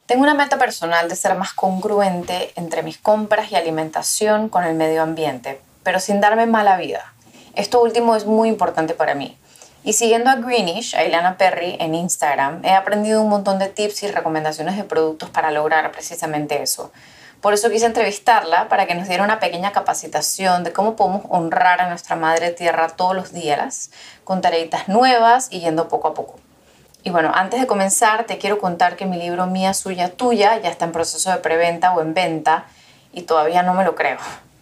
Tengo una meta personal de ser más congruente entre mis compras y alimentación con el medio ambiente, pero sin darme mala vida. Esto último es muy importante para mí. Y siguiendo a Greenish, a Ilana Perry en Instagram, he aprendido un montón de tips y recomendaciones de productos para lograr precisamente eso. Por eso quise entrevistarla para que nos diera una pequeña capacitación de cómo podemos honrar a nuestra madre tierra todos los días, con tareitas nuevas y yendo poco a poco. Y bueno, antes de comenzar, te quiero contar que mi libro Mía, Suya, Tuya ya está en proceso de preventa o en venta y todavía no me lo creo.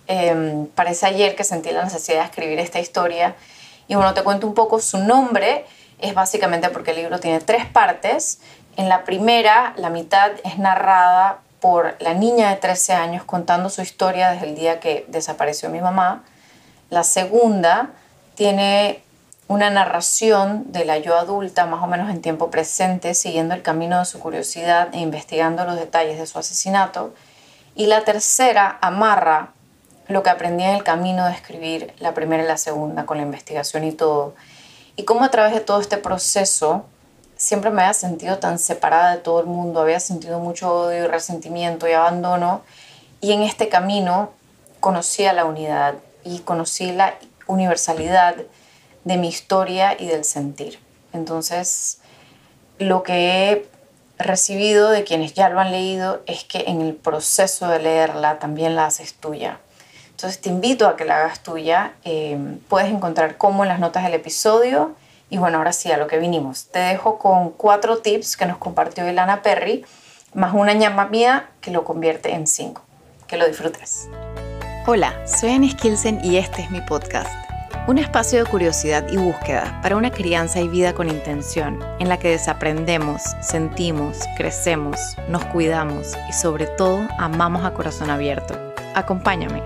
Parece ayer que sentí la necesidad de escribir esta historia y bueno, te cuento un poco. Su nombre es básicamente porque el libro tiene 3 partes. En la primera, la mitad es narrada por la niña de 13 años contando su historia desde el día que desapareció mi mamá. La segunda tiene una narración de la yo adulta, más o menos en tiempo presente, siguiendo el camino de su curiosidad e investigando los detalles de su asesinato. Y la tercera amarra lo que aprendí en el camino de escribir la primera y la segunda, con la investigación y todo. Y cómo a través de todo este proceso siempre me había sentido tan separada de todo el mundo, había sentido mucho odio y resentimiento y abandono. Y en este camino conocí a la unidad y conocí la universalidad de mi historia y del sentir. Entonces, lo que he recibido de quienes ya lo han leído es que en el proceso de leerla también la haces tuya. Entonces te invito a que la hagas tuya. Puedes encontrar cómo en las notas del episodio. Y bueno, ahora sí, a lo que vinimos. Te dejo con 4 tips que nos compartió Ilana Perry, más una ñama mía que lo convierte en 5. Que lo disfrutes. Hola, soy Annie Skilsen y este es mi podcast. Un espacio de curiosidad y búsqueda para una crianza y vida con intención, en la que desaprendemos, sentimos, crecemos, nos cuidamos y sobre todo amamos a corazón abierto. Acompáñame.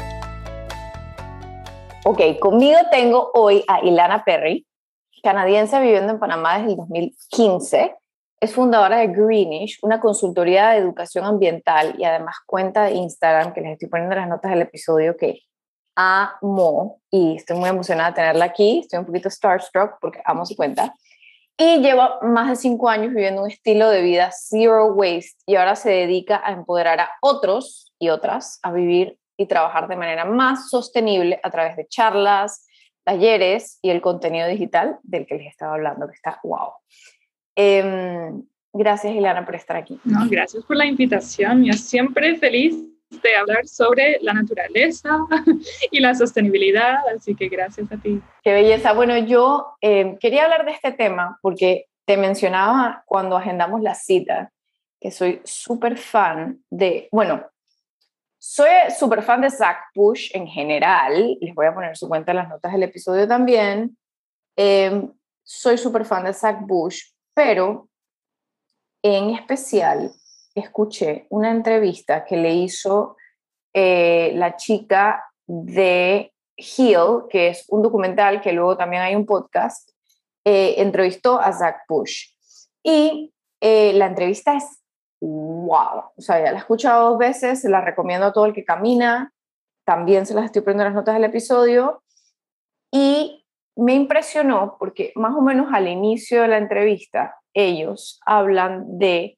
Ok, conmigo tengo hoy a Ilana Perry, canadiense viviendo en Panamá desde el 2015. Es fundadora de Greenish, una consultoría de educación ambiental y además cuenta de Instagram, que les estoy poniendo en las notas del episodio, que amo y estoy muy emocionada de tenerla aquí. Estoy un poquito starstruck porque amo su cuenta. Y lleva más de 5 años viviendo un estilo de vida zero waste y ahora se dedica a empoderar a otros y otras a vivir y trabajar de manera más sostenible a través de charlas, talleres y el contenido digital del que les estaba hablando, que está wow. Gracias, Ilana, por estar aquí. No, gracias por la invitación. Yo siempre feliz de hablar sobre la naturaleza y la sostenibilidad, así que gracias a ti. Qué belleza. Bueno, yo quería hablar de este tema porque te mencionaba cuando agendamos la cita que soy súper fan de, bueno, soy súper fan de Zach Bush en general, les voy a poner su cuenta en las notas del episodio también. Soy súper fan de Zach Bush, pero en especial escuché una entrevista que le hizo la chica de Heal, que es un documental que luego también hay un podcast. Entrevistó a Zach Bush y la entrevista es wow, o sea, ya la he escuchado 2 veces, se la recomiendo a todo el que camina, también se las estoy poniendo en las notas del episodio y me impresionó porque más o menos al inicio de la entrevista ellos hablan de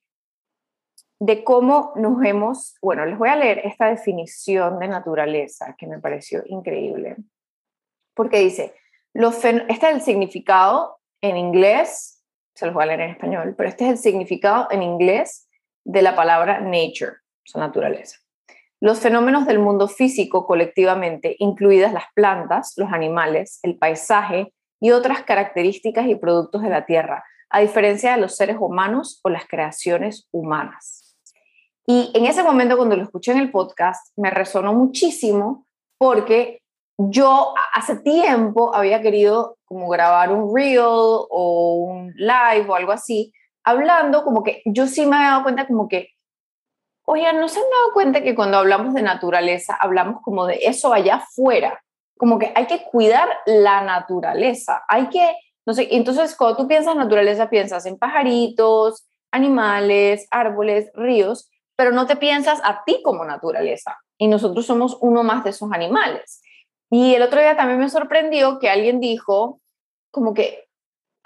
cómo nos hemos, bueno, les voy a leer esta definición de naturaleza que me pareció increíble, porque dice, este es el significado en inglés, se los voy a leer en español, pero este es el significado en inglés de la palabra nature, o sea, naturaleza. Los fenómenos del mundo físico colectivamente, incluidas las plantas, los animales, el paisaje y otras características y productos de la tierra, a diferencia de los seres humanos o las creaciones humanas. Y en ese momento, cuando lo escuché en el podcast, me resonó muchísimo porque yo hace tiempo había querido como grabar un reel o un live o algo así, hablando como que yo sí me había dado cuenta como que, oye, ¿no se han dado cuenta que cuando hablamos de naturaleza hablamos como de eso allá afuera? Como que hay que cuidar la naturaleza, hay que, no sé, entonces cuando tú piensas naturaleza piensas en pajaritos, animales, árboles, ríos, pero no te piensas a ti como naturaleza. Y nosotros somos uno más de esos animales. Y el otro día también me sorprendió que alguien dijo como que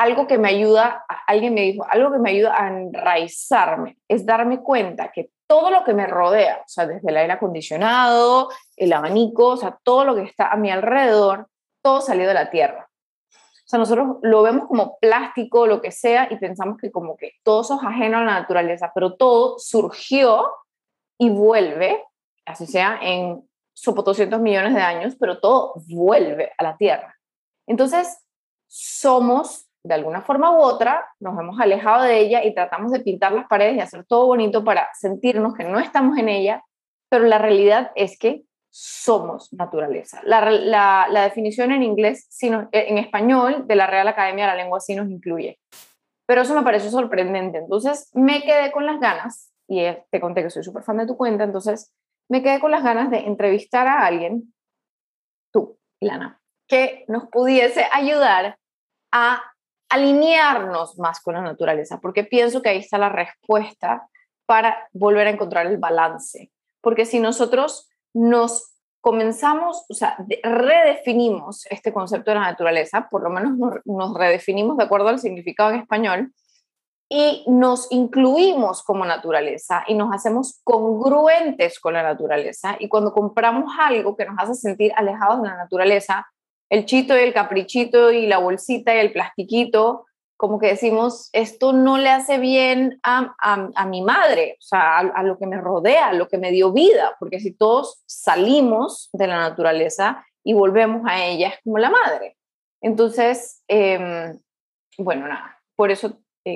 algo que me ayuda, alguien me dijo, algo que me ayuda a enraizarme es darme cuenta que todo lo que me rodea, o sea, desde el aire acondicionado, el abanico, o sea, todo lo que está a mi alrededor, todo salió de la tierra. O sea, nosotros lo vemos como plástico, lo que sea, y pensamos que como que todo eso es ajeno a la naturaleza, pero todo surgió y vuelve, así sea en 200 millones de años, pero todo vuelve a la tierra. Entonces, somos, de alguna forma u otra, nos hemos alejado de ella y tratamos de pintar las paredes y hacer todo bonito para sentirnos que no estamos en ella, pero la realidad es que somos naturaleza. La definición en inglés, en español, de la Real Academia de la Lengua sí nos incluye. Pero eso me pareció sorprendente. Entonces me quedé con las ganas, y te conté que soy súper fan de tu cuenta, entonces me quedé con las ganas de entrevistar a alguien, tú, Ilana, que nos pudiese ayudar a alinearnos más con la naturaleza, porque pienso que ahí está la respuesta para volver a encontrar el balance. Porque si nosotros nos comenzamos, o sea, redefinimos este concepto de la naturaleza, por lo menos nos redefinimos de acuerdo al significado en español, y nos incluimos como naturaleza y nos hacemos congruentes con la naturaleza, y cuando compramos algo que nos hace sentir alejados de la naturaleza, el chito y el caprichito y la bolsita y el plastiquito, como que decimos, esto no le hace bien a mi madre, o sea, a lo que me rodea, a lo que me dio vida, porque si todos salimos de la naturaleza y volvemos a ella, es como la madre. Entonces, bueno, nada, por eso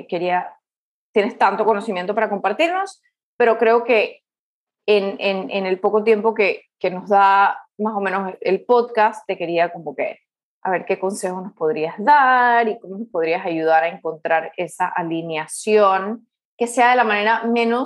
tienes tanto conocimiento para compartirnos, pero creo que en el poco tiempo que nos da más o menos el podcast, te quería como que a ver qué consejos nos podrías dar y cómo nos podrías ayudar a encontrar esa alineación que sea de la manera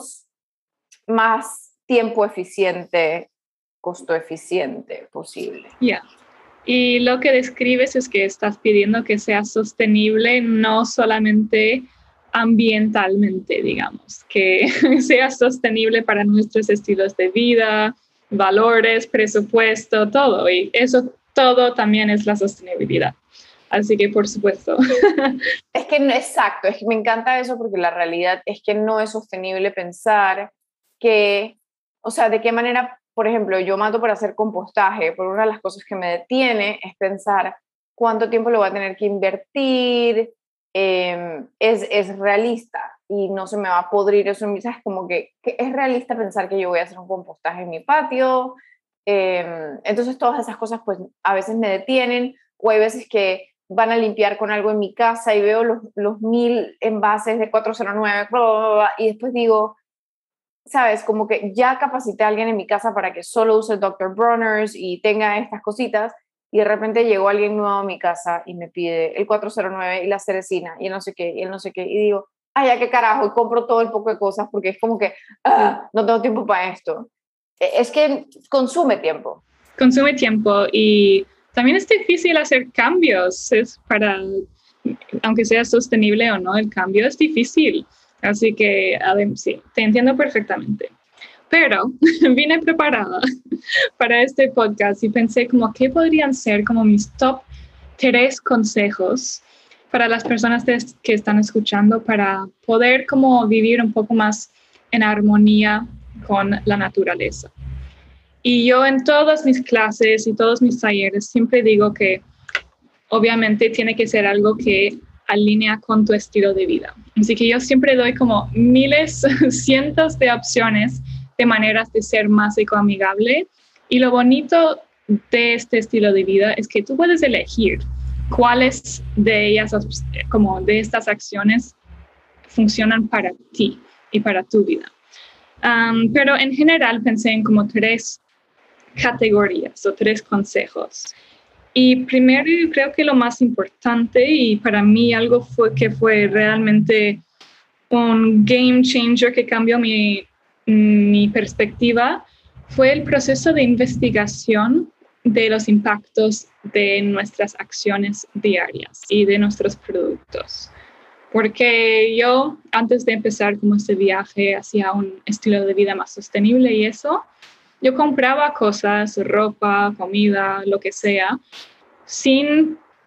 más tiempo eficiente, costo eficiente posible. Ya. Y lo que describes es que estás pidiendo que sea sostenible, no solamente ambientalmente, digamos, que sea sostenible para nuestros estilos de vida, valores, presupuesto, todo. Y eso todo también es la sostenibilidad. Así que, por supuesto. Es que, exacto, es que me encanta eso porque la realidad es que no es sostenible pensar que, o sea, de qué manera, por ejemplo, yo mato por hacer compostaje, pero una de las cosas que me detiene es pensar cuánto tiempo lo voy a tener que invertir, es realista y no se me va a podrir eso en mi, ¿sabes? Como que es realista pensar que yo voy a hacer un compostaje en mi patio. Entonces todas esas cosas pues a veces me detienen, o hay veces que van a limpiar con algo en mi casa y veo los 1000 envases de 409 bla, bla, bla, bla, y después digo, sabes, como que ya capacité a alguien en mi casa para que solo use Dr. Bronner's y tenga estas cositas, y de repente llegó alguien nuevo a mi casa y me pide el 409 y la cerecina y el no sé qué, y el no sé qué, y digo, ay, ya qué carajo, y compro todo el poco de cosas porque es como que no tengo tiempo para esto. Es que consume tiempo. Consume tiempo y también es difícil hacer cambios. Aunque sea sostenible o no, el cambio es difícil. Así que sí, te entiendo perfectamente. Pero vine preparada para este podcast y pensé como qué podrían ser como mis top 3 consejos para las personas que están escuchando para poder como vivir un poco más en armonía con la naturaleza. Y yo en todas mis clases y todos mis talleres siempre digo que obviamente tiene que ser algo que alinea con tu estilo de vida. Así que yo siempre doy como miles, cientos de opciones de maneras de ser más ecoamigable. Y lo bonito de este estilo de vida es que tú puedes elegir cuáles de ellas, como de estas acciones, funcionan para ti y para tu vida. Pero en general pensé en como 3 categorías o 3 consejos. Y primero creo que lo más importante y para mí algo que fue realmente un game changer que cambió mi perspectiva fue el proceso de investigación de los impactos de nuestras acciones diarias y de nuestros productos. Porque yo, antes de empezar como este viaje hacia un estilo de vida más sostenible y eso, yo compraba cosas, ropa, comida, lo que sea, sin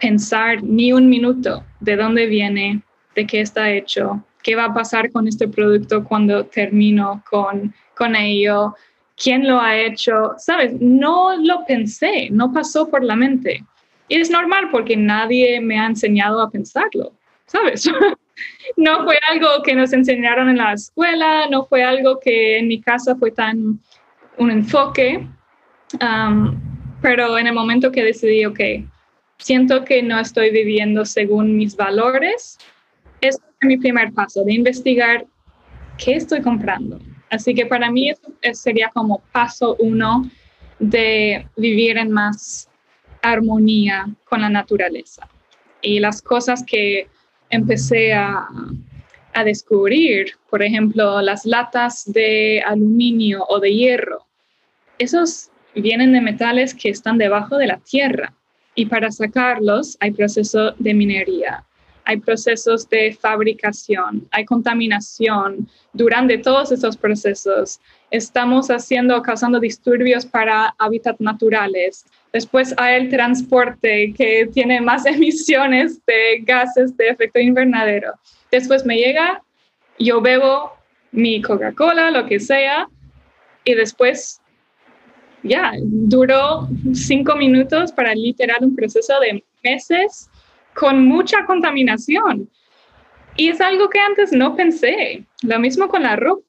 pensar ni un minuto de dónde viene, de qué está hecho, qué va a pasar con este producto cuando termino con ello, quién lo ha hecho, ¿sabes? No lo pensé, no pasó por la mente. Y es normal porque nadie me ha enseñado a pensarlo, ¿sabes? No fue algo que nos enseñaron en la escuela, no fue algo que en mi casa fue tan un enfoque, pero en el momento que decidí, ok, siento que no estoy viviendo según mis valores, ese es mi primer paso, de investigar qué estoy comprando. Así que para mí eso sería como paso 1 de vivir en más armonía con la naturaleza. Y las cosas que empecé a descubrir, por ejemplo, las latas de aluminio o de hierro, esos vienen de metales que están debajo de la tierra y para sacarlos hay proceso de minería, hay procesos de fabricación, hay contaminación. Durante todos esos procesos estamos causando disturbios para hábitats naturales. Después hay el transporte que tiene más emisiones de gases de efecto invernadero. Después me llega, yo bebo mi Coca-Cola, lo que sea, y después ya, duró 5 minutos para literal un proceso de meses con mucha contaminación. Y es algo que antes no pensé. Lo mismo con la ropa.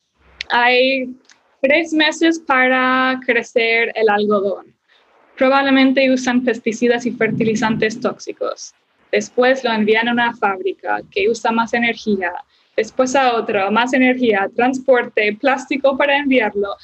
Hay 3 meses para crecer el algodón. Probablemente usan pesticidas y fertilizantes tóxicos. Después lo envían a una fábrica que usa más energía. Después a otra, más energía, transporte, plástico para enviarlo.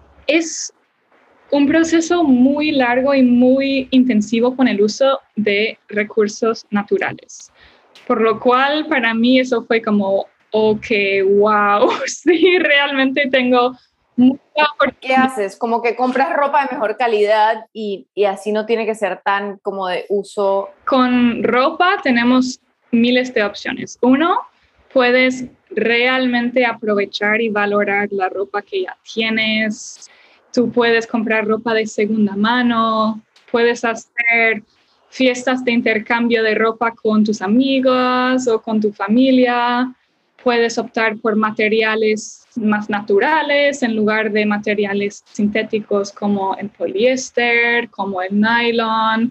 Es un proceso muy largo y muy intensivo con el uso de recursos naturales. Por lo cual, para mí eso fue como, ok, wow, sí, realmente tengo mucha oportunidad. ¿Qué haces? Como que compras ropa de mejor calidad y así no tiene que ser tan como de uso. Con ropa tenemos miles de opciones. 1, puedes realmente aprovechar y valorar la ropa que ya tienes. Tú puedes comprar ropa de segunda mano, puedes hacer fiestas de intercambio de ropa con tus amigos o con tu familia, puedes optar por materiales más naturales en lugar de materiales sintéticos como el poliéster, como el nylon.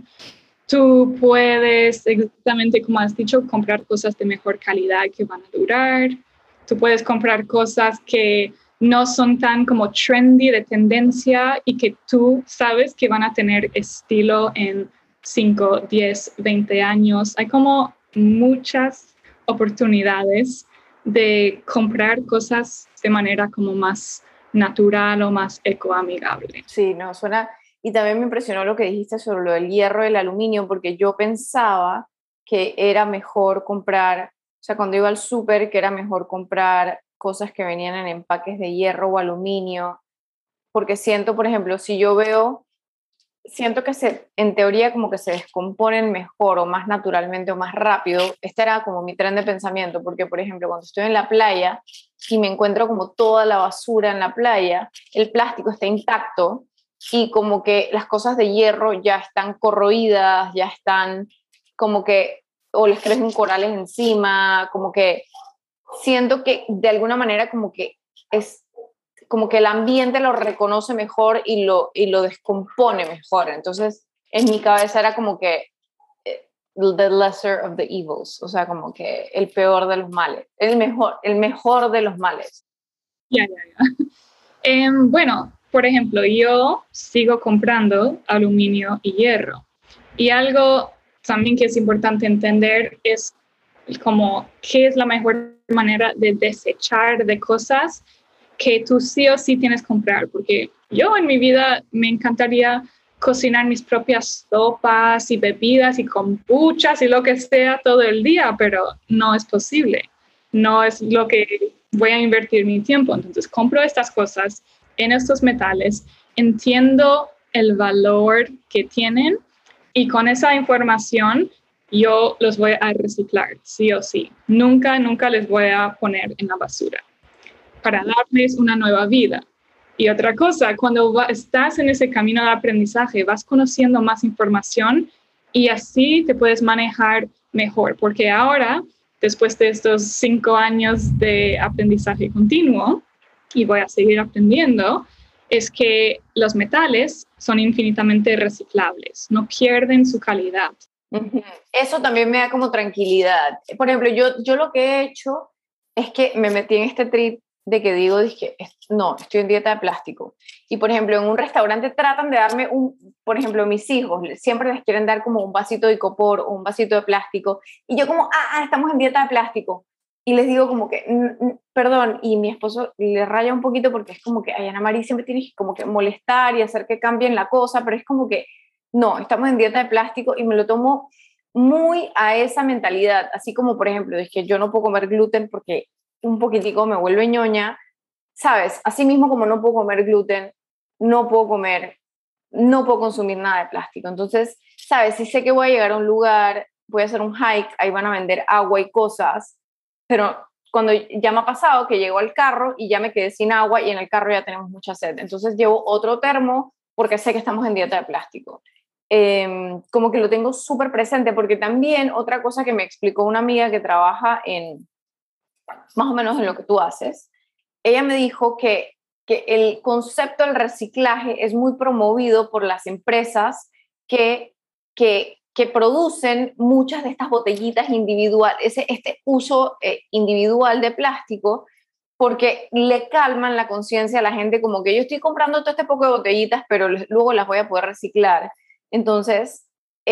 Tú puedes, exactamente como has dicho, comprar cosas de mejor calidad que van a durar. Tú puedes comprar cosas que no son tan como trendy de tendencia y que tú sabes que van a tener estilo en 5, 10, 20 años. Hay como muchas oportunidades de comprar cosas de manera como más natural o más ecoamigable. Sí, no, suena. Y también me impresionó lo que dijiste sobre lo del hierro y el aluminio, porque yo pensaba que era mejor comprar, o sea, cuando iba al súper, que era mejor comprar cosas que venían en empaques de hierro o aluminio, porque siento, por ejemplo, si yo veo, siento que en teoría como que se descomponen mejor o más naturalmente o más rápido. Este era como mi tren de pensamiento, porque por ejemplo, cuando estoy en la playa y me encuentro como toda la basura en la playa, el plástico está intacto y como que las cosas de hierro ya están corroídas, ya están como que, o les crecen corales encima, como que siento que de alguna manera como que es como que el ambiente lo reconoce mejor y lo descompone mejor. Entonces, en mi cabeza era como que the lesser of the evils, o sea, como que el peor de los males, el mejor de los males. Ya. Bueno, por ejemplo, yo sigo comprando aluminio y hierro. Y algo también que es importante entender es como qué es la mejor manera de desechar de cosas que tú sí o sí tienes que comprar, porque yo en mi vida me encantaría cocinar mis propias sopas y bebidas y kombuchas y lo que sea todo el día, pero no es posible, no es lo que voy a invertir mi tiempo. Entonces compro estas cosas en estos metales, entiendo el valor que tienen y con esa información yo los voy a reciclar, sí o sí. Nunca les voy a poner en la basura para darles una nueva vida. Y otra cosa, cuando estás en ese camino de aprendizaje, vas conociendo más información y así te puedes manejar mejor, porque ahora, después de estos 5 años de aprendizaje continuo, y voy a seguir aprendiendo, es que los metales son infinitamente reciclables, no pierden su calidad. Eso también me da como tranquilidad. Por ejemplo, yo lo que he hecho es que me metí en este trip de que digo, dije, no, estoy en dieta de plástico. Y por ejemplo, en un restaurante tratan de darme por ejemplo, mis hijos siempre les quieren dar como un vasito de icopor o un vasito de plástico. Y yo como, estamos en dieta de plástico. Y les digo como que, perdón, y mi esposo le raya un poquito porque es como que, ay, Ana María, siempre tienes que como que molestar y hacer que cambien la cosa, pero es como que, no, estamos en dieta de plástico y me lo tomo muy a esa mentalidad, así como por ejemplo, es que yo no puedo comer gluten porque un poquitico me vuelve ñoña, ¿sabes? Así mismo como no puedo comer gluten, no puedo consumir nada de plástico. Entonces, ¿sabes? Si sé que voy a llegar a un lugar, voy a hacer un hike, ahí van a vender agua y cosas, pero cuando ya me ha pasado que llego al carro y ya me quedé sin agua y en el carro ya tenemos mucha sed, entonces llevo otro termo porque sé que estamos en dieta de plástico. Como que lo tengo súper presente, porque también otra cosa que me explicó una amiga que trabaja más o menos en lo que tú haces, ella me dijo que el concepto del reciclaje es muy promovido por las empresas que producen muchas de estas botellitas individuales, este uso individual de plástico, porque le calman la conciencia a la gente, como que yo estoy comprando todo este poco de botellitas, pero luego las voy a poder reciclar. Entonces,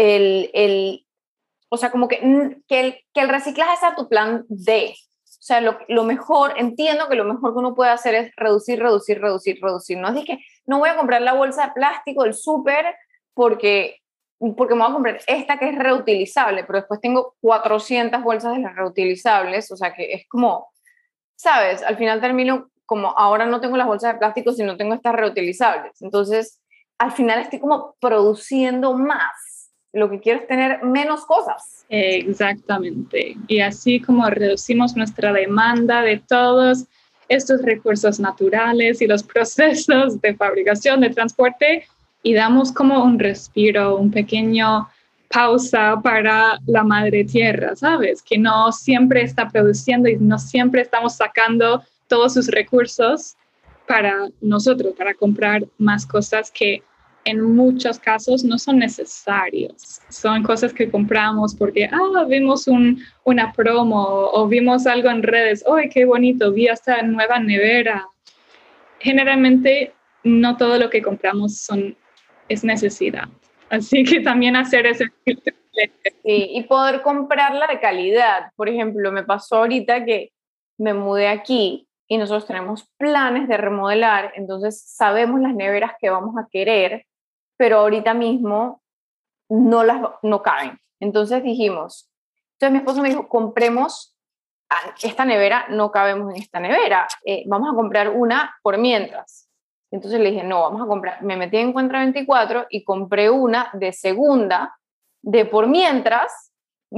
o sea, como que el reciclaje sea tu plan D. O sea, lo mejor, entiendo que lo mejor que uno puede hacer es reducir. No es de que no voy a comprar la bolsa de plástico del súper porque me voy a comprar esta que es reutilizable, pero después tengo 400 bolsas de las reutilizables, o sea que es como, ¿sabes? Al final termino como, ahora no tengo las bolsas de plástico, sino tengo estas reutilizables. Entonces, al final estoy como produciendo más. Lo que quiero es tener menos cosas. Exactamente. Y así como reducimos nuestra demanda de todos estos recursos naturales y los procesos de fabricación, de transporte, y damos como un respiro, un pequeño pausa para la madre tierra, ¿sabes? Que no siempre está produciendo y no siempre estamos sacando todos sus recursos para nosotros, para comprar más cosas que en muchos casos no son necesarios. Son cosas que compramos porque, vimos una promo o vimos algo en redes. ¡Ay, qué bonito! Vi esta nueva nevera. Generalmente no todo lo que compramos es necesidad. Así que también hacer ese filtro. Sí, y poder comprarla de calidad. Por ejemplo, me pasó ahorita que me mudé aquí y nosotros tenemos planes de remodelar, entonces sabemos las neveras que vamos a querer, pero ahorita mismo no caben. Entonces dijimos, entonces mi esposo me dijo, compremos esta nevera, no cabemos en esta nevera, vamos a comprar una por mientras. Entonces le dije, no, vamos a comprar, me metí en Encuentra 24 y compré una de segunda, de por mientras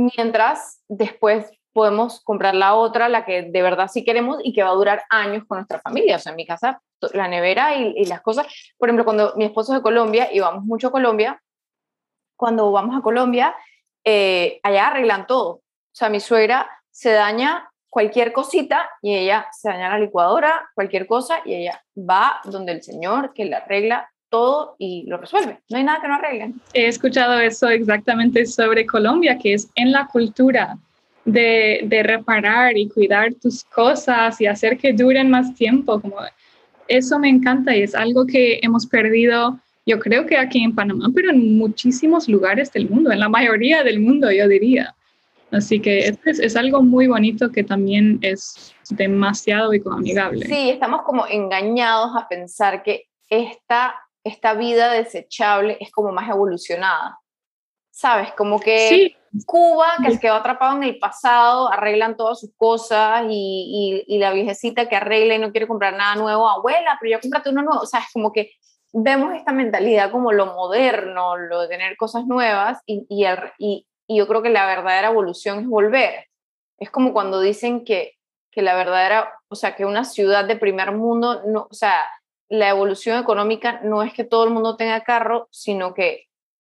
después podemos comprar la otra, la que de verdad sí queremos y que va a durar años con nuestra familia. O sea, en mi casa, la nevera y las cosas, por ejemplo, cuando mi esposo es de Colombia y vamos mucho a Colombia, cuando vamos a Colombia, allá arreglan todo. O sea, mi suegra se daña cualquier cosita y ella se daña la licuadora, cualquier cosa, y ella va donde el señor que le arregla todo y lo resuelve. No hay nada que no arreglen. He escuchado eso exactamente sobre Colombia, que es en la cultura de reparar y cuidar tus cosas y hacer que duren más tiempo. Como eso me encanta y es algo que hemos perdido, yo creo que aquí en Panamá, pero en muchísimos lugares del mundo, en la mayoría del mundo, yo diría. Así que es algo muy bonito que también es demasiado ecoamigable. Sí, estamos como engañados a pensar que esta vida desechable es como más evolucionada, ¿sabes? Como que sí. Cuba, que se quedó atrapado en el pasado, arreglan todas sus cosas y la viejecita que arregla y no quiere comprar nada nuevo, abuela, pero ya cómprate uno nuevo, o sea, es como que vemos esta mentalidad como lo moderno, lo de tener cosas nuevas y yo creo que la verdadera evolución es volver. Es como cuando dicen que la verdadera, o sea, que una ciudad de primer mundo, no, o sea, la evolución económica no es que todo el mundo tenga carro, sino que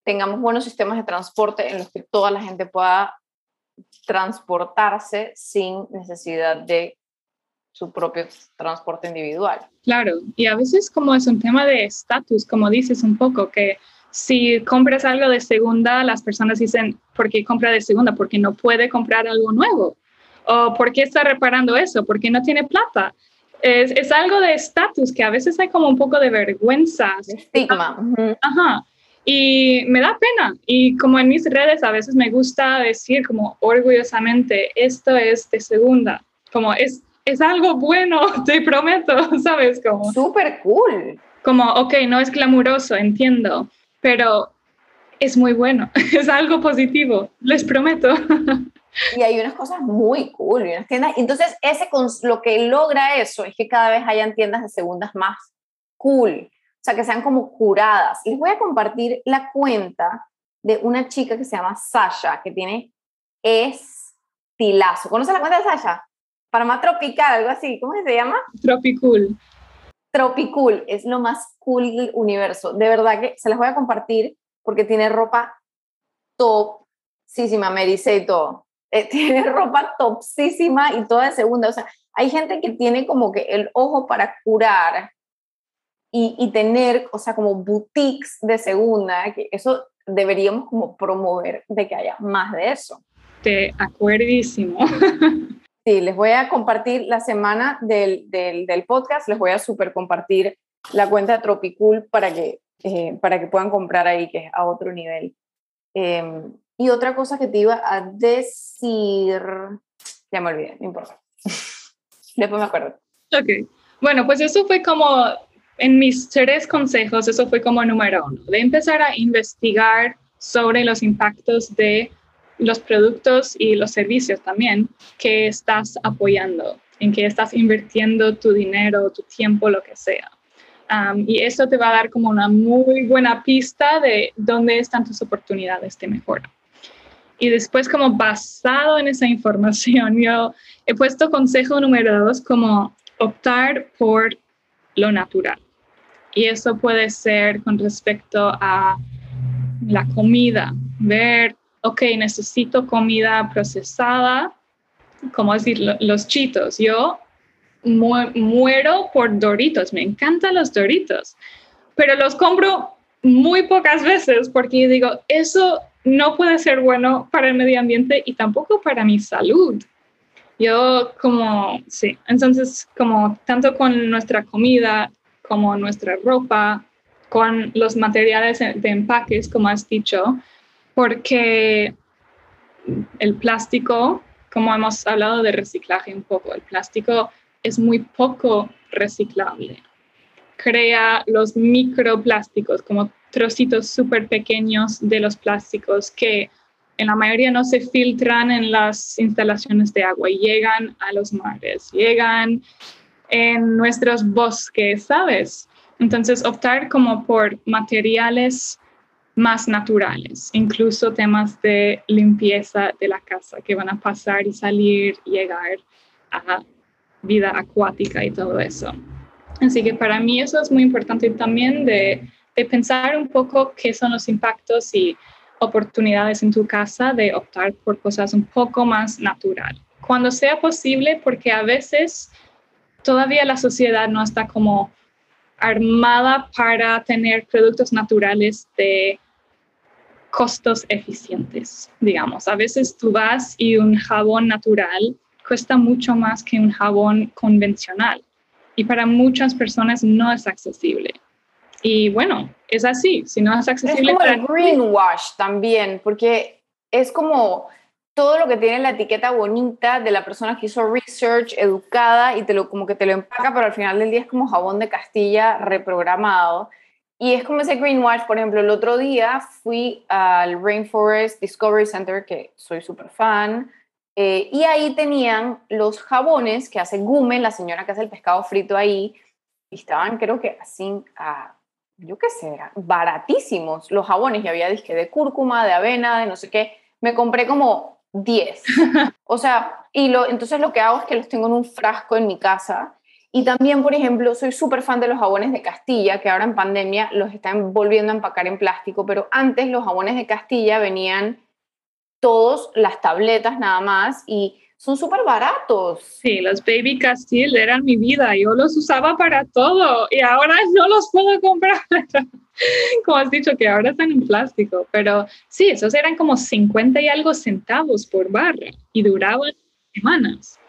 tengamos buenos sistemas de transporte en los que toda la gente pueda transportarse sin necesidad de su propio transporte individual. Claro, y a veces como es un tema de estatus, como dices un poco, que si compras algo de segunda, las personas dicen, ¿por qué compra de segunda? Porque no puede comprar algo nuevo. ¿O por qué está reparando eso? Porque no tiene plata. Es algo de estatus que a veces hay como un poco de vergüenza. De estigma. Ajá. Y me da pena. Y como en mis redes a veces me gusta decir como orgullosamente, esto es de segunda. Como es algo bueno, te prometo, ¿sabes? Como, súper cool. Como, ok, no es glamuroso, entiendo, pero es muy bueno, es algo positivo, les prometo. Y hay unas cosas muy cool, y unas tiendas. Entonces, lo que logra eso es que cada vez hayan tiendas de segundas más cool, o sea, que sean como curadas. Les voy a compartir la cuenta de una chica que se llama Sasha, que tiene estilazo. ¿Conoces la cuenta de Sasha? Para más tropical, algo así. ¿Cómo se llama? Tropicool. Tropicool, es lo más cool del universo. De verdad que se las voy a compartir porque tiene ropa topsísima, me dice y todo. Tiene ropa topsísima y toda de segunda. O sea, hay gente que tiene como que el ojo para curar y tener, o sea, como boutiques de segunda, que eso deberíamos como promover de que haya más de eso. De acuerdísimo. Sí, les voy a compartir la semana del podcast, les voy a super compartir la cuenta de Tropicool para que puedan comprar ahí, que es a otro nivel. Y otra cosa que te iba a decir, ya me olvidé, no importa. Después me acuerdo. Ok, bueno, pues eso fue como, en mis 3 consejos, eso fue como número 1, de empezar a investigar sobre los impactos de los productos y los servicios también que estás apoyando, en que estás invirtiendo tu dinero, tu tiempo, lo que sea. Y eso te va a dar como una muy buena pista de dónde están tus oportunidades de mejora. Y después, como basado en esa información, yo he puesto consejo número 2 como optar por lo natural. Y eso puede ser con respecto a la comida, ver, ok, necesito comida procesada, como decir, los Cheetos. Yo muero por Doritos, me encantan los Doritos, pero los compro muy pocas veces porque digo, eso no puede ser bueno para el medio ambiente y tampoco para mi salud. Yo sí, entonces como tanto con nuestra comida como nuestra ropa, con los materiales de empaques, como has dicho, porque el plástico, como hemos hablado de reciclaje un poco, el plástico es muy poco reciclable. Crea los microplásticos como trocitos súper pequeños de los plásticos que en la mayoría no se filtran en las instalaciones de agua y llegan a los mares, llegan en nuestros bosques, ¿sabes? Entonces, optar como por materiales más naturales, incluso temas de limpieza de la casa que van a pasar y salir, llegar a vida acuática y todo eso. Así que para mí eso es muy importante también de pensar un poco qué son los impactos y oportunidades en tu casa de optar por cosas un poco más natural. Cuando sea posible, porque a veces todavía la sociedad no está como armada para tener productos naturales de costos eficientes, digamos. A veces tú vas y un jabón natural cuesta mucho más que un jabón convencional y para muchas personas no es accesible. Y bueno, es así, si no es accesible... Es como el greenwash también, porque es como todo lo que tiene la etiqueta bonita de la persona que hizo research, educada, y como que te lo empaca, pero al final del día es como jabón de Castilla reprogramado. Y es como ese greenwash. Por ejemplo, el otro día fui al Rainforest Discovery Center, que soy súper fan, y ahí tenían los jabones que hace Gume, la señora que hace el pescado frito ahí, y estaban creo que así, yo qué sé, baratísimos los jabones, y había disque de cúrcuma, de avena, de no sé qué. Me compré como 10. O sea, entonces lo que hago es que los tengo en un frasco en mi casa Y también, por ejemplo, soy súper fan de los jabones de Castilla, que ahora en pandemia los están volviendo a empacar en plástico, pero antes los jabones de Castilla venían todos las tabletas nada más y son súper baratos. Sí, los Baby Castile eran mi vida, yo los usaba para todo y ahora no los puedo comprar. Como has dicho, que ahora están en plástico, pero sí, esos eran como 50 y algo centavos por barra y duraban semanas.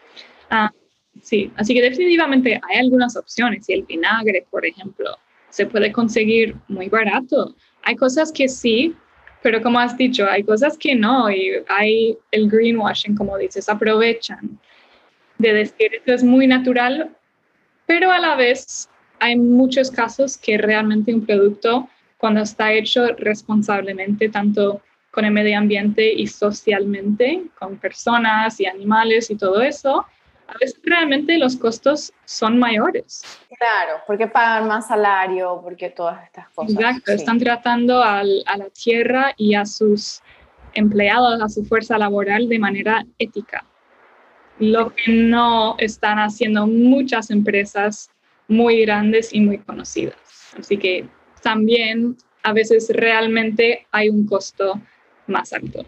Sí, así que definitivamente hay algunas opciones y el vinagre, por ejemplo, se puede conseguir muy barato. Hay cosas que sí, pero como has dicho, hay cosas que no y hay el greenwashing, como dices, aprovechan de decir esto es muy natural, pero a la vez hay muchos casos que realmente un producto, cuando está hecho responsablemente, tanto con el medio ambiente y socialmente, con personas y animales y todo eso, a veces realmente los costos son mayores. Claro, porque pagan más salario, porque todas estas cosas. Exacto, sí. Están tratando a la tierra y a sus empleados, a su fuerza laboral de manera ética. Lo que no están haciendo muchas empresas muy grandes y muy conocidas. Así que también a veces realmente hay un costo más alto.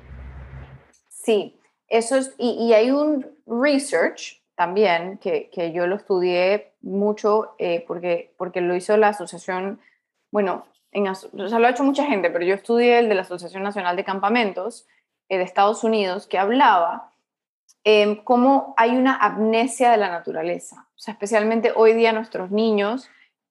Sí, eso es, y hay un research también que yo lo estudié mucho porque lo hizo la asociación, bueno, o sea, lo ha hecho mucha gente, pero yo estudié el de la Asociación Nacional de Campamentos de Estados Unidos, que hablaba cómo hay una amnesia de la naturaleza. O sea, especialmente hoy día nuestros niños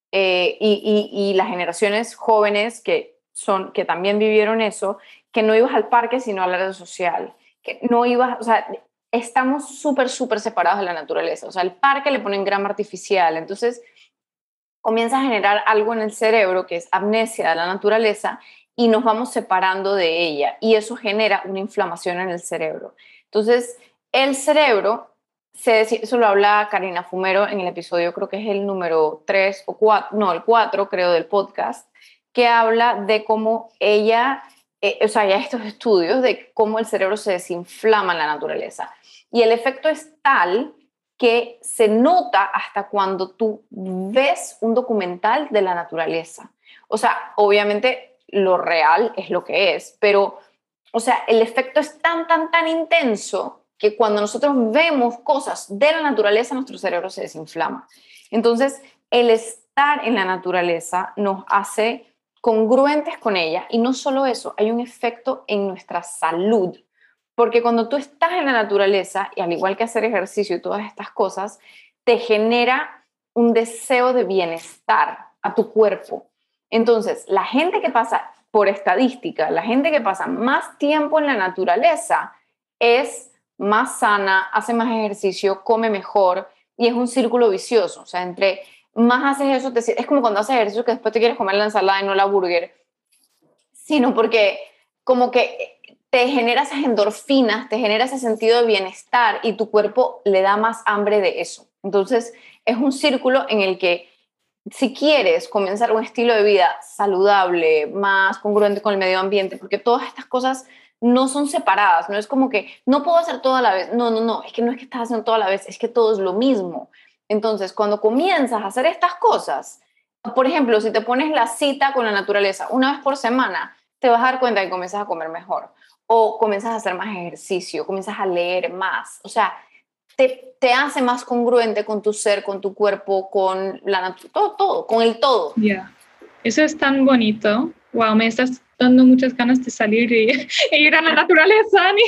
y las generaciones jóvenes que también vivieron eso, que no ibas al parque sino al área social, que no ibas, o sea, estamos súper separados de la naturaleza. O sea, el parque le ponen grama artificial, entonces comienza a generar algo en el cerebro que es amnesia de la naturaleza y nos vamos separando de ella y eso genera una inflamación en el cerebro. Entonces, el cerebro, eso lo habla Karina Fumero en el episodio, creo que es el número 3 o 4, no, el 4 creo del podcast, que habla de cómo ella, o sea, ya estos estudios de cómo el cerebro se desinflama en la naturaleza. Y el efecto es tal que se nota hasta cuando tú ves un documental de la naturaleza. O sea, obviamente lo real es lo que es, pero, o sea, el efecto es tan intenso que cuando nosotros vemos cosas de la naturaleza, nuestro cerebro se desinflama. Entonces, el estar en la naturaleza nos hace congruentes con ella y no solo eso, hay un efecto en nuestra salud. Porque cuando tú estás en la naturaleza, y al igual que hacer ejercicio y todas estas cosas, te genera un deseo de bienestar a tu cuerpo. Entonces, la gente que pasa, por estadística, la gente que pasa más tiempo en la naturaleza es más sana, hace más ejercicio, come mejor y es un círculo vicioso. O sea, entre más haces eso, es como cuando haces ejercicio que después te quieres comer la ensalada y no la burger, sino porque como que te genera esas endorfinas, te genera ese sentido de bienestar y tu cuerpo le da más hambre de eso. Entonces, es un círculo en el que si quieres comenzar un estilo de vida saludable, más congruente con el medio ambiente, porque todas estas cosas no son separadas, no es como que no puedo hacer todo a la vez. No, es que no es que estás haciendo todo a la vez, es que todo es lo mismo. Entonces, cuando comienzas a hacer estas cosas, por ejemplo, si te pones la cita con la naturaleza una vez por semana, te vas a dar cuenta que comienzas a comer mejor o comienzas a hacer más ejercicio, comienzas a leer más. O sea, te hace más congruente con tu ser, con tu cuerpo, con la naturaleza, todo, con el todo. Yeah. Eso es tan bonito. Wow, me estás dando muchas ganas de salir e ir a la naturaleza, Ani.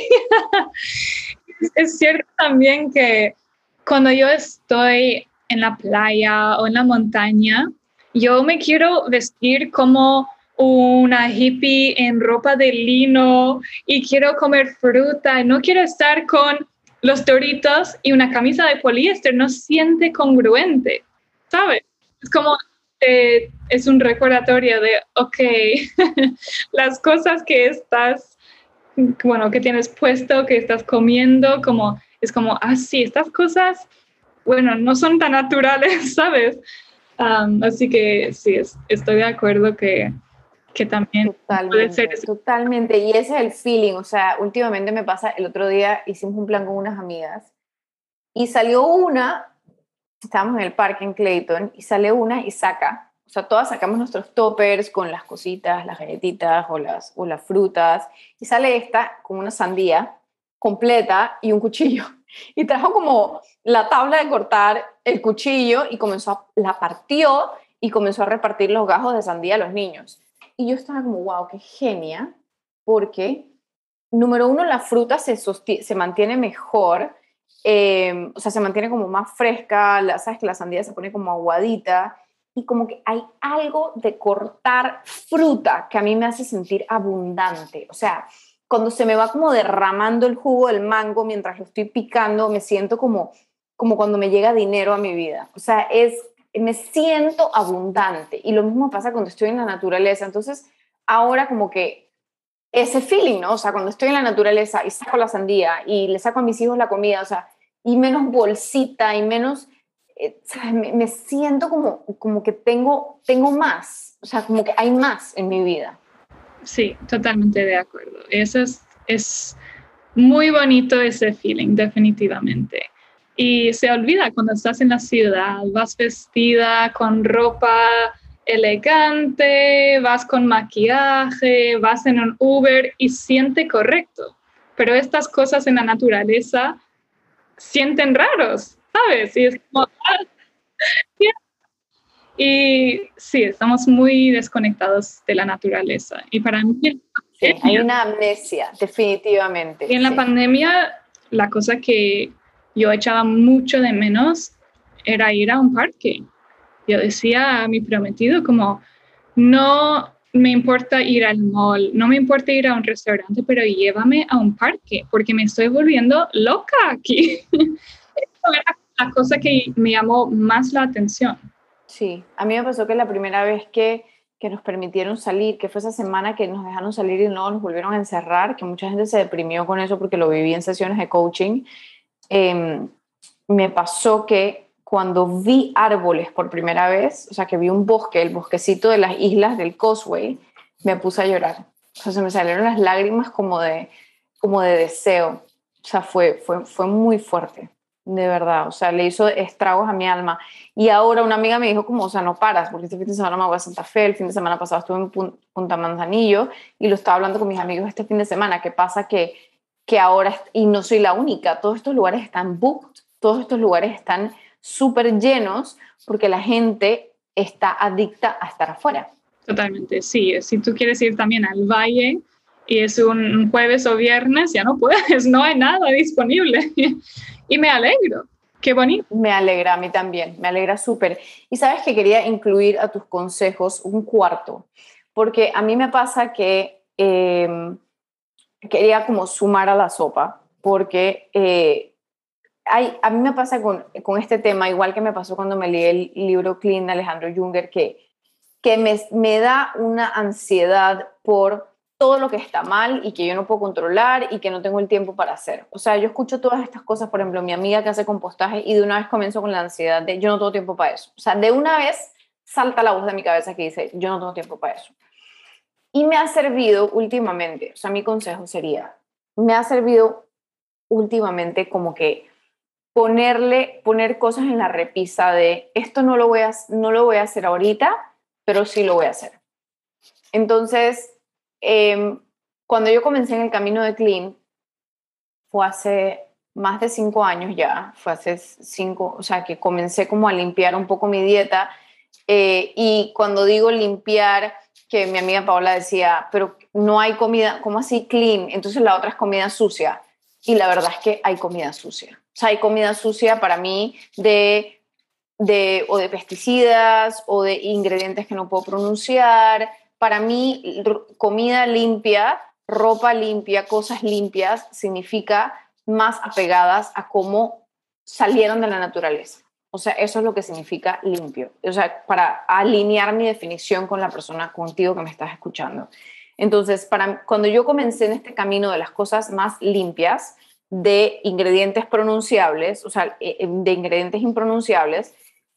Es cierto también que cuando yo estoy en la playa o en la montaña, yo me quiero vestir como una hippie en ropa de lino y quiero comer fruta. No quiero estar con los Doritos y una camisa de poliéster. No siente congruente, ¿sabes? Es como, es un recordatorio de, ok, las cosas que estás, bueno, que tienes puesto, que estás comiendo, como, es como, sí, estas cosas, bueno, no son tan naturales, ¿sabes? Así que sí, estoy de acuerdo que también puede ser eso. Totalmente, y ese es el feeling. O sea, últimamente me pasa, el otro día hicimos un plan con unas amigas y salió una estábamos en el parque en Clayton y sale una y saca, o sea, todas sacamos nuestros toppers con las cositas, las galletitas o las frutas, y sale esta con una sandía completa y un cuchillo. Y trajo como la tabla de cortar, el cuchillo, y la partió y comenzó a repartir los gajos de sandía a los niños. Y yo estaba como, wow, qué genia, porque, número uno, la fruta se mantiene mejor, o sea, se mantiene como más fresca, sabes que la sandía se pone como aguadita, y como que hay algo de cortar fruta que a mí me hace sentir abundante. O sea, cuando se me va como derramando el jugo del mango mientras lo estoy picando, me siento como cuando me llega dinero a mi vida. O sea, me siento abundante. Y lo mismo pasa cuando estoy en la naturaleza. Entonces, ahora como que ese feeling, ¿no? O sea, cuando estoy en la naturaleza y saco la sandía y le saco a mis hijos la comida, o sea, y menos bolsita y menos, ¿sabes? Me siento como que tengo más, o sea, como que hay más en mi vida. Sí, totalmente de acuerdo. Eso es muy bonito ese feeling, definitivamente. Y se olvida cuando estás en la ciudad, vas vestida con ropa elegante, vas con maquillaje, vas en un Uber y siente correcto. Pero estas cosas en la naturaleza sienten raros, ¿sabes? Y es como, y sí, estamos muy desconectados de la naturaleza. Y para mí, sí, hay una amnesia, definitivamente. en la sí. pandemia, la cosa que yo echaba mucho de menos era ir a un parque. Yo decía a mi prometido como, no me importa ir al mall, no me importa ir a un restaurante, pero llévame a un parque porque me estoy volviendo loca aquí. Eso era la cosa que me llamó más la atención. Sí, a mí me pasó que la primera vez que nos permitieron salir, que fue esa semana que nos dejaron salir y no nos volvieron a encerrar, que mucha gente se deprimió con eso porque lo viví en sesiones de coaching, me pasó que cuando vi árboles por primera vez, o sea, que vi un bosque, el bosquecito de las islas del Causeway, me puse a llorar. O sea, se me salieron las lágrimas como de deseo. O sea, fue muy fuerte, de verdad. O sea, le hizo estragos a mi alma. Y ahora una amiga me dijo como, o sea, no paras, porque este fin de semana me voy a Santa Fe, el fin de semana pasado estuve en Punta Manzanillo y lo estaba hablando con mis amigos este fin de semana. ¿Qué pasa? Que ahora, y no soy la única, todos estos lugares están booked, todos estos lugares están súper llenos porque la gente está adicta a estar afuera. Totalmente, sí. Si tú quieres ir también al valle y es un jueves o viernes, ya no puedes, no hay nada disponible. Y me alegro. Qué bonito. Me alegra, a mí también, me alegra súper. Y sabes que quería incluir a tus consejos un cuarto, porque a mí me pasa que quería como sumar a la sopa, porque a mí me pasa con este tema, igual que me pasó cuando me leí el libro Clean de Alejandro Junger, que me da una ansiedad por todo lo que está mal y que yo no puedo controlar y que no tengo el tiempo para hacer. O sea, yo escucho todas estas cosas, por ejemplo, mi amiga que hace compostaje y de una vez comienzo con la ansiedad de yo no tengo tiempo para eso. O sea, de una vez salta la voz de mi cabeza que dice yo no tengo tiempo para eso. Y me ha servido últimamente, o sea, mi consejo sería, me ha servido últimamente como que poner cosas en la repisa de esto no lo voy a hacer ahorita, pero sí lo voy a hacer. Entonces, cuando yo comencé en el camino de Clean, fue hace más de 5 años ya, fue hace 5, o sea, que comencé como a limpiar un poco mi dieta, y cuando digo limpiar, que mi amiga Paola decía, pero no hay comida, ¿cómo así clean? Entonces la otra es comida sucia. Y la verdad es que hay comida sucia. O sea, hay comida sucia para mí o de pesticidas o de ingredientes que no puedo pronunciar. Para mí, comida limpia, ropa limpia, cosas limpias, significa más apegadas a cómo salieron de la naturaleza. O sea, eso es lo que significa limpio. O sea, para alinear mi definición con la persona contigo que me estás escuchando. Entonces, cuando yo comencé en este camino de las cosas más limpias, de ingredientes pronunciables, o sea, de ingredientes impronunciables,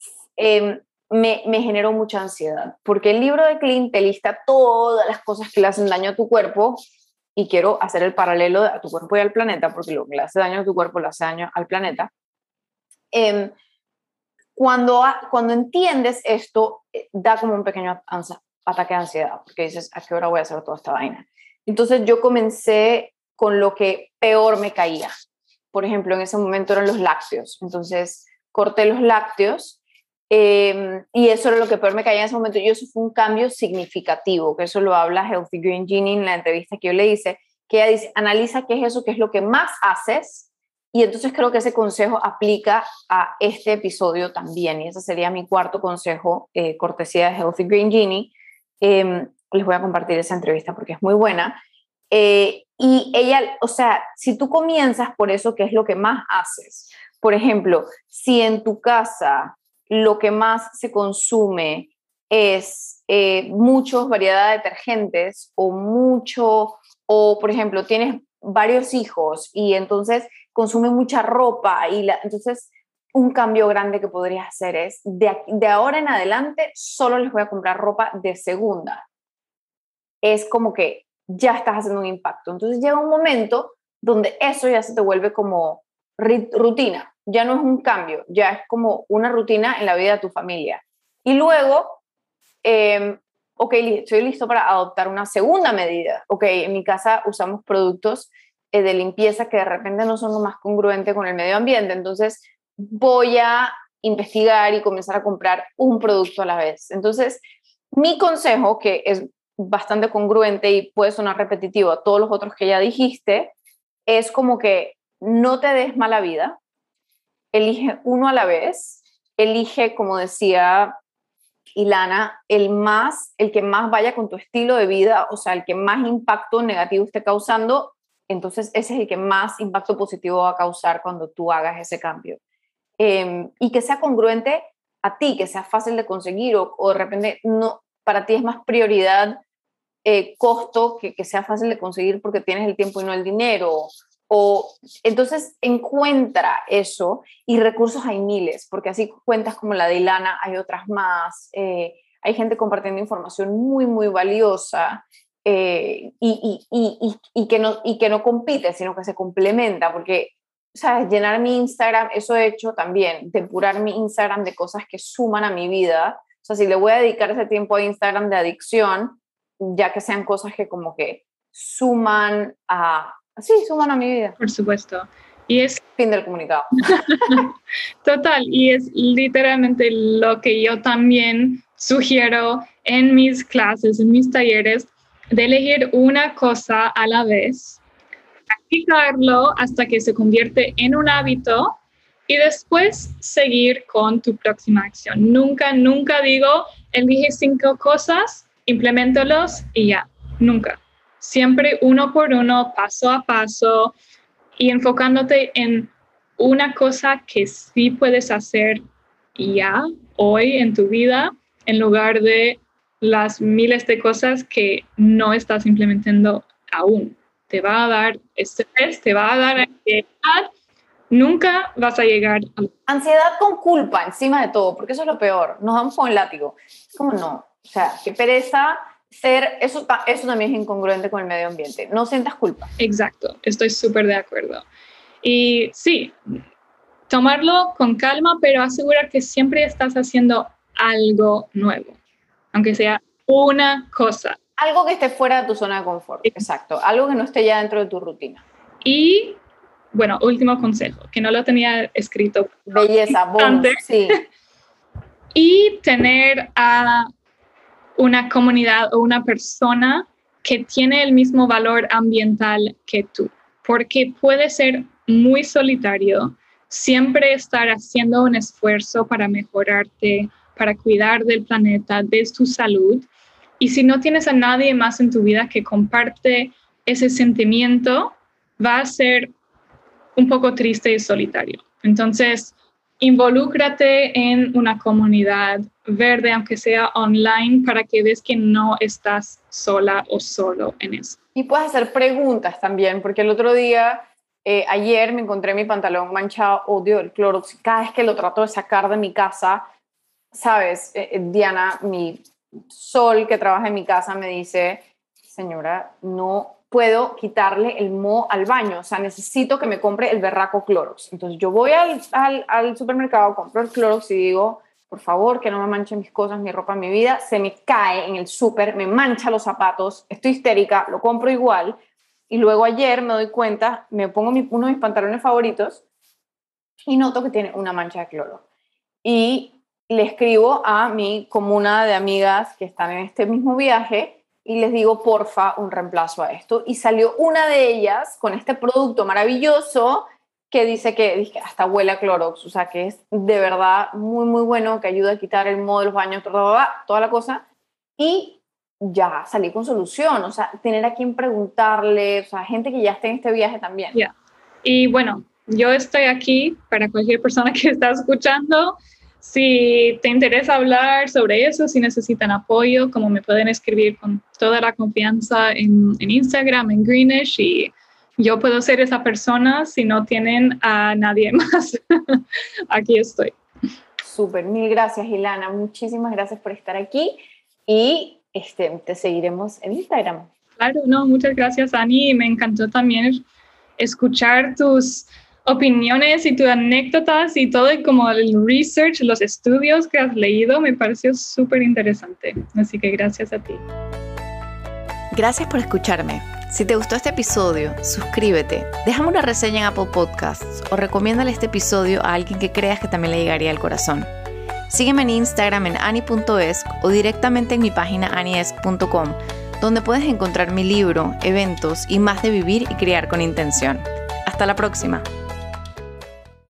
me generó mucha ansiedad, porque el libro de Clean te lista todas las cosas que le hacen daño a tu cuerpo, y quiero hacer el paralelo a tu cuerpo y al planeta, porque lo que le hace daño a tu cuerpo le hace daño al planeta. cuando entiendes esto, da como un pequeño ataque de ansiedad, porque dices, ¿a qué hora voy a hacer toda esta vaina? Entonces yo comencé con lo que peor me caía. Por ejemplo, en ese momento eran los lácteos. Entonces corté los lácteos y eso era lo que peor me caía en ese momento. Y eso fue un cambio significativo, que eso lo habla Healthy Green Ginny en la entrevista que yo le hice, que ella dice, analiza qué es eso, qué es lo que más haces. Y entonces creo que ese consejo aplica a este episodio también. Y ese sería mi cuarto consejo, cortesía de Healthy Green Ginny. Les voy a compartir esa entrevista porque es muy buena. Y ella, o sea, si tú comienzas por eso, ¿qué es lo que más haces? Por ejemplo, si en tu casa lo que más se consume es muchas variedades de detergentes o por ejemplo, tienes varios hijos y entonces consume mucha ropa entonces un cambio grande que podrías hacer es de ahora en adelante solo les voy a comprar ropa de segunda. Es como que ya estás haciendo un impacto. Entonces llega un momento donde eso ya se te vuelve como rutina, ya no es un cambio, ya es como una rutina en la vida de tu familia. Y luego, ok, estoy listo para adoptar una segunda medida. Ok, en mi casa usamos productos de limpieza que de repente no son lo más congruentes con el medio ambiente, entonces voy a investigar y comenzar a comprar un producto a la vez. Entonces, mi consejo, que es bastante congruente y puede sonar repetitivo a todos los otros que ya dijiste, es como que no te des mala vida, elige uno a la vez, elige, como decía Ilana, el que más vaya con tu estilo de vida, o sea, el que más impacto negativo esté causando, entonces ese es el que más impacto positivo va a causar cuando tú hagas ese cambio. Y que sea congruente a ti, que sea fácil de conseguir o de repente no, para ti es más prioridad costo que sea fácil de conseguir porque tienes el tiempo y no el dinero. Entonces encuentra eso y recursos hay miles, porque así cuentas como la de Ilana, hay otras más, hay gente compartiendo información muy, muy valiosa y que no compite, sino que se complementa, porque, ¿sabes? Llenar mi Instagram, eso he hecho también, depurar mi Instagram de cosas que suman a mi vida. O sea, si le voy a dedicar ese tiempo a Instagram de adicción, ya que sean cosas que como que suman a mi vida. Por supuesto. Y es fin del comunicado. Total, y es literalmente lo que yo también sugiero en mis clases, en mis talleres, de elegir una cosa a la vez, practicarlo hasta que se convierte en un hábito y después seguir con tu próxima acción. Nunca digo, elige 5 cosas, impleméntalos y ya, nunca. Siempre uno por uno, paso a paso y enfocándote en una cosa que sí puedes hacer ya, hoy en tu vida, en lugar de las miles de cosas que no estás implementando aún. Te va a dar estrés, te va a dar ansiedad, nunca vas a llegar a... Ansiedad con culpa encima de todo, porque eso es lo peor. Nos damos con el látigo. Es como no, o sea, qué pereza eso también es incongruente con el medio ambiente. No sientas culpa. Exacto, estoy súper de acuerdo. Y sí, tomarlo con calma, pero asegurar que siempre estás haciendo algo nuevo, aunque sea una cosa. Algo que esté fuera de tu zona de confort, exacto. Algo que no esté ya dentro de tu rutina. Y, bueno, último consejo, que no lo tenía escrito. Belleza, bonus, sí. Y tener a una comunidad o una persona que tiene el mismo valor ambiental que tú, porque puede ser muy solitario siempre estar haciendo un esfuerzo para mejorarte, para cuidar del planeta, de tu salud. Y si no tienes a nadie más en tu vida que comparte ese sentimiento, va a ser un poco triste y solitario. Entonces, involúcrate en una comunidad verde, aunque sea online, para que veas que no estás sola o solo en eso. Y puedes hacer preguntas también, porque el otro día, ayer me encontré mi pantalón manchado, odio el Clorox. Cada vez que lo trato de sacar de mi casa, sabes, Diana, mi Sol que trabaja en mi casa me dice, señora, no, puedo quitarle el moho al baño, o sea, necesito que me compre el berraco Clorox. Entonces yo voy al supermercado, compro el Clorox y digo, por favor, que no me manchen mis cosas, mi ropa, mi vida. Se me cae en el súper, me mancha los zapatos, estoy histérica, lo compro igual. Y luego ayer me doy cuenta, me pongo uno de mis pantalones favoritos y noto que tiene una mancha de cloro. Y le escribo a mi comuna de amigas que están en este mismo viaje y les digo, porfa, un reemplazo a esto. Y salió una de ellas con este producto maravilloso que dice que hasta huele a Clorox, o sea, que es de verdad muy, muy bueno, que ayuda a quitar el moho de los baños, toda la cosa. Y ya salí con solución, o sea, tener a quien preguntarle, o sea, gente que ya esté en este viaje también. Yeah. Y bueno, yo estoy aquí para cualquier persona que está escuchando. Si te interesa hablar sobre eso, si necesitan apoyo, como me pueden escribir con toda la confianza en Instagram, en Greenish, y yo puedo ser esa persona si no tienen a nadie más. Aquí estoy. Súper, mil gracias, Ilana. Muchísimas gracias por estar aquí y te seguiremos en Instagram. Claro, no, muchas gracias, Ani. Me encantó también escuchar tus opiniones y tus anécdotas y todo, como el research, los estudios que has leído, me pareció súper interesante. Así que gracias a ti. Gracias por escucharme. Si te gustó este episodio, suscríbete, déjame una reseña en Apple Podcasts o recomiéndale este episodio a alguien que creas que también le llegaría al corazón. Sígueme en Instagram en ani.esc o directamente en mi página aniesc.com, donde puedes encontrar mi libro, eventos y más de vivir y criar con intención. Hasta la próxima.